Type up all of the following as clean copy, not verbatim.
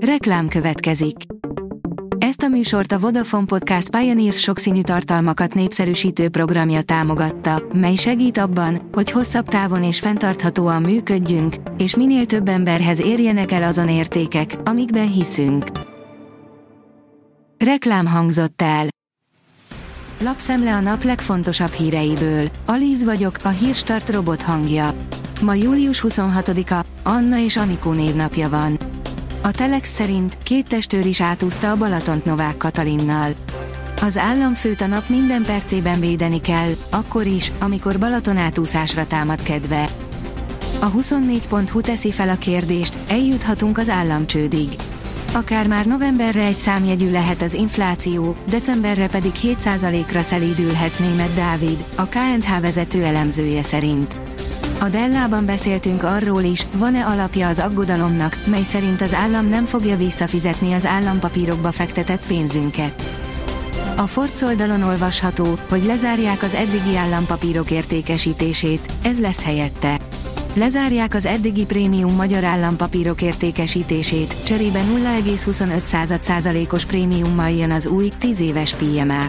Reklám következik. Ezt a műsort a Vodafone Podcast Pioneers sokszínű tartalmakat népszerűsítő programja támogatta, mely segít abban, hogy hosszabb távon és fenntarthatóan működjünk, és minél több emberhez érjenek el azon értékek, amikben hiszünk. Reklám hangzott el. Lapszemle a nap legfontosabb híreiből. Alíz vagyok, a Hírstart robot hangja. Ma július 26-a, Anna és Anikó névnapja van. A Telex szerint 2 testőr is átúszta a Balatont Novák Katalinnal. Az államfőt a nap minden percében védeni kell, akkor is, amikor Balaton átúszásra támad kedve. A 24.hu teszi fel a kérdést, eljuthatunk az államcsődig. Akár már novemberre egy számjegyű lehet az infláció, decemberre pedig 7%-ra szelídülhet Németh Dávid, a KNH vezető elemzője szerint. A Dellában beszéltünk arról is, van-e alapja az aggodalomnak, mely szerint az állam nem fogja visszafizetni az állampapírokba fektetett pénzünket. A Forbes oldalon olvasható, hogy lezárják az eddigi állampapírok értékesítését, ez lesz helyette. Lezárják az eddigi prémium magyar állampapírok értékesítését, cserébe 0,25%-os prémiummal jön az új, 10 éves PMA.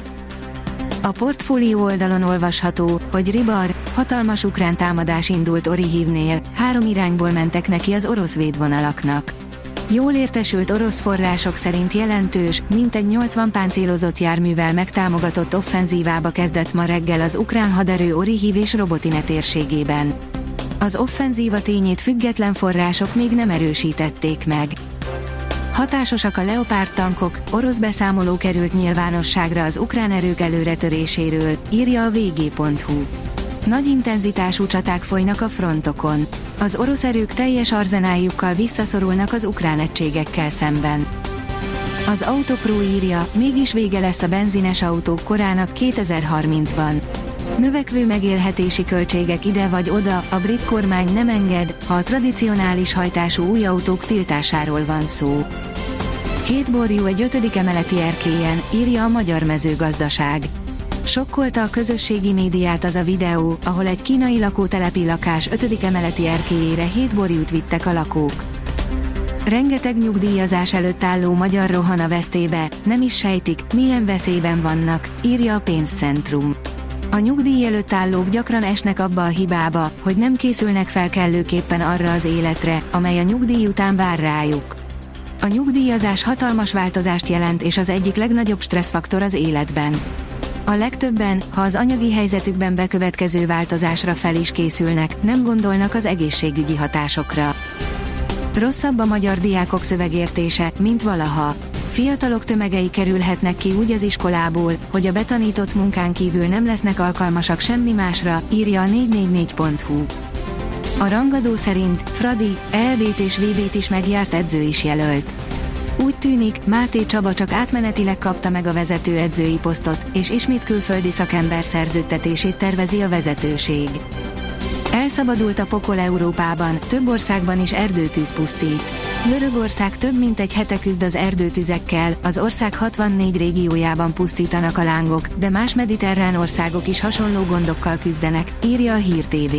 A portfólió oldalon olvasható, hogy Ribar, hatalmas ukrán támadás indult Orihívnél, 3 irányból mentek neki az orosz védvonalaknak. Jól értesült orosz források szerint jelentős, mintegy 80 páncélozott járművel megtámogatott offenzívába kezdett ma reggel az ukrán haderő Orihív és Robotine térségében. Az offenzíva tényét független források még nem erősítették meg. Hatásosak a Leopard tankok, orosz beszámoló került nyilvánosságra az ukrán erők előretöréséről, írja a vg.hu. Nagy intenzitású csaták folynak a frontokon. Az orosz erők teljes arzenáljukkal visszaszorulnak az ukrán egységekkel szemben. Az Autopro írja, mégis vége lesz a benzines autók korának 2030-ban. Növekvő megélhetési költségek ide vagy oda, a brit kormány nem enged, ha a tradicionális hajtású új autók tiltásáról van szó. 7 borjú egy 5. emeleti erkélyen, írja a Magyar Mezőgazdaság. Sokkolta a közösségi médiát az a videó, ahol egy kínai lakótelepi lakás 5. emeleti erkélyére 7 borjút vittek a lakók. Rengeteg nyugdíjazás előtt álló magyar rohan a vesztébe, nem is sejtik, milyen veszélyben vannak, írja a Pénzcentrum. A nyugdíj előtt állók gyakran esnek abba a hibába, hogy nem készülnek fel kellőképpen arra az életre, amely a nyugdíj után vár rájuk. A nyugdíjazás hatalmas változást jelent és az egyik legnagyobb stresszfaktor az életben. A legtöbben, ha az anyagi helyzetükben bekövetkező változásra fel is készülnek, nem gondolnak az egészségügyi hatásokra. Rosszabb a magyar diákok szövegértése, mint valaha. Fiatalok tömegei kerülhetnek ki úgy az iskolából, hogy a betanított munkán kívül nem lesznek alkalmasak semmi másra, írja a 444.hu. A rangadó szerint Fradi, EB-t és VB-t is megjárt edző is jelölt. Úgy tűnik, Máté Csaba csak átmenetileg kapta meg a vezetőedzői posztot, és ismét külföldi szakember szerződtetését tervezi a vezetőség. Elszabadult a pokol Európában, több országban is erdőtűz pusztít. Görögország több mint egy hete küzd az erdőtüzekkel, az ország 64 régiójában pusztítanak a lángok, de más mediterrán országok is hasonló gondokkal küzdenek, írja a Hír TV.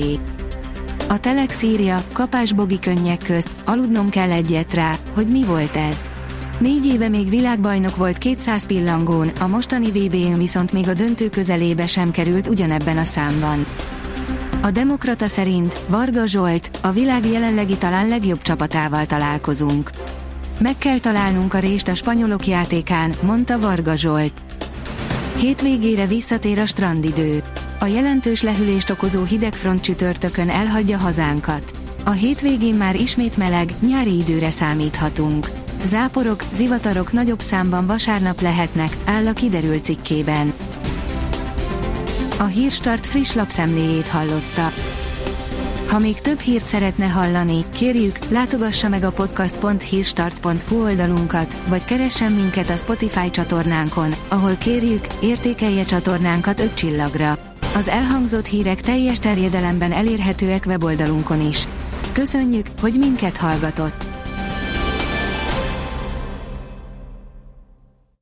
A Telex írja, kapás Bogi könnyek közt, aludnom kell egyet rá, hogy mi volt ez. 4 éve még világbajnok volt 200 pillangón, a mostani VB-n viszont még a döntő közelébe sem került ugyanebben a számban. A Demokrata szerint Varga Zsolt, a világ jelenlegi talán legjobb csapatával találkozunk. Meg kell találnunk a rést a spanyolok játékán, mondta Varga Zsolt. Hétvégére visszatér a strandidő. A jelentős lehűlést okozó hidegfront csütörtökön elhagyja hazánkat. A hétvégén már ismét meleg, nyári időre számíthatunk. Záporok, zivatarok nagyobb számban vasárnap lehetnek, áll a Kiderült cikkében. A Hírstart friss lapszemléjét hallotta. Ha még több hírt szeretne hallani, kérjük, látogassa meg a podcast.hírstart.hu oldalunkat, vagy keressen minket a Spotify csatornánkon, ahol kérjük, értékelje csatornánkat 5 csillagra. Az elhangzott hírek teljes terjedelemben elérhetőek weboldalunkon is. Köszönjük, hogy minket hallgatott!